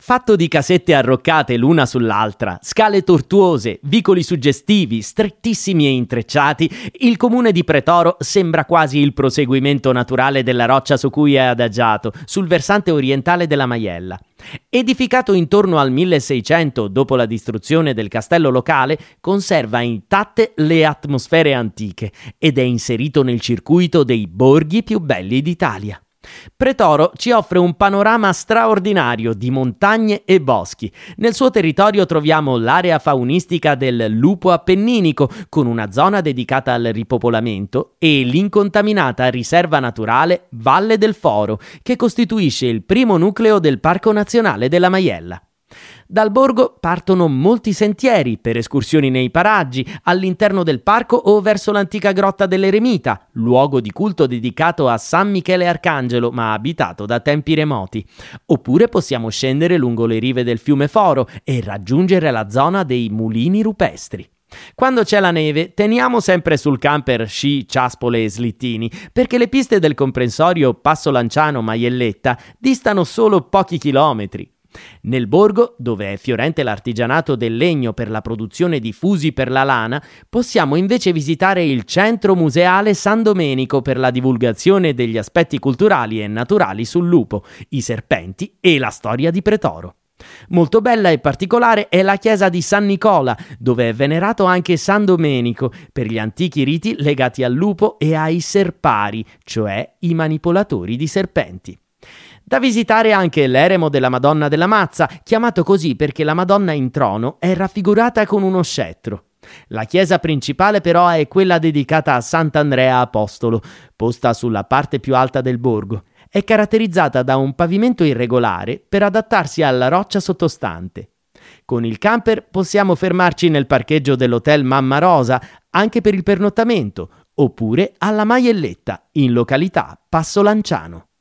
Fatto di casette arroccate l'una sull'altra, scale tortuose, vicoli suggestivi, strettissimi e intrecciati, il comune di Pretoro sembra quasi il proseguimento naturale della roccia su cui è adagiato, sul versante orientale della Maiella. Edificato intorno al 1600 dopo la distruzione del castello locale, conserva intatte le atmosfere antiche ed è inserito nel circuito dei borghi più belli d'Italia. Pretoro ci offre un panorama straordinario di montagne e boschi. Nel suo territorio troviamo l'area faunistica del lupo appenninico, con una zona dedicata al ripopolamento, e l'incontaminata riserva naturale Valle del Foro, che costituisce il primo nucleo del Parco Nazionale della Maiella. Dal borgo partono molti sentieri per escursioni nei paraggi, all'interno del parco o verso l'antica grotta dell'Eremita, luogo di culto dedicato a San Michele Arcangelo, ma abitato da tempi remoti. Oppure possiamo scendere lungo le rive del fiume Foro e raggiungere la zona dei mulini rupestri. Quando c'è la neve, teniamo sempre sul camper sci, ciaspole e slittini, perché le piste del comprensorio Passo Lanciano Maielletta distano solo pochi chilometri. Nel borgo, dove è fiorente l'artigianato del legno per la produzione di fusi per la lana, possiamo invece visitare il centro museale San Domenico per la divulgazione degli aspetti culturali e naturali sul lupo, i serpenti e la storia di Pretoro. Molto bella e particolare è la chiesa di San Nicola, dove è venerato anche San Domenico per gli antichi riti legati al lupo e ai serpari, cioè i manipolatori di serpenti. Da visitare anche l'eremo della Madonna della Mazza, chiamato così perché la Madonna in trono è raffigurata con uno scettro. La chiesa principale però è quella dedicata a Sant'Andrea Apostolo, posta sulla parte più alta del borgo. È caratterizzata da un pavimento irregolare per adattarsi alla roccia sottostante. Con il camper possiamo fermarci nel parcheggio dell'hotel Mamma Rosa anche per il pernottamento, oppure alla Maielletta, in località Passo Lanciano.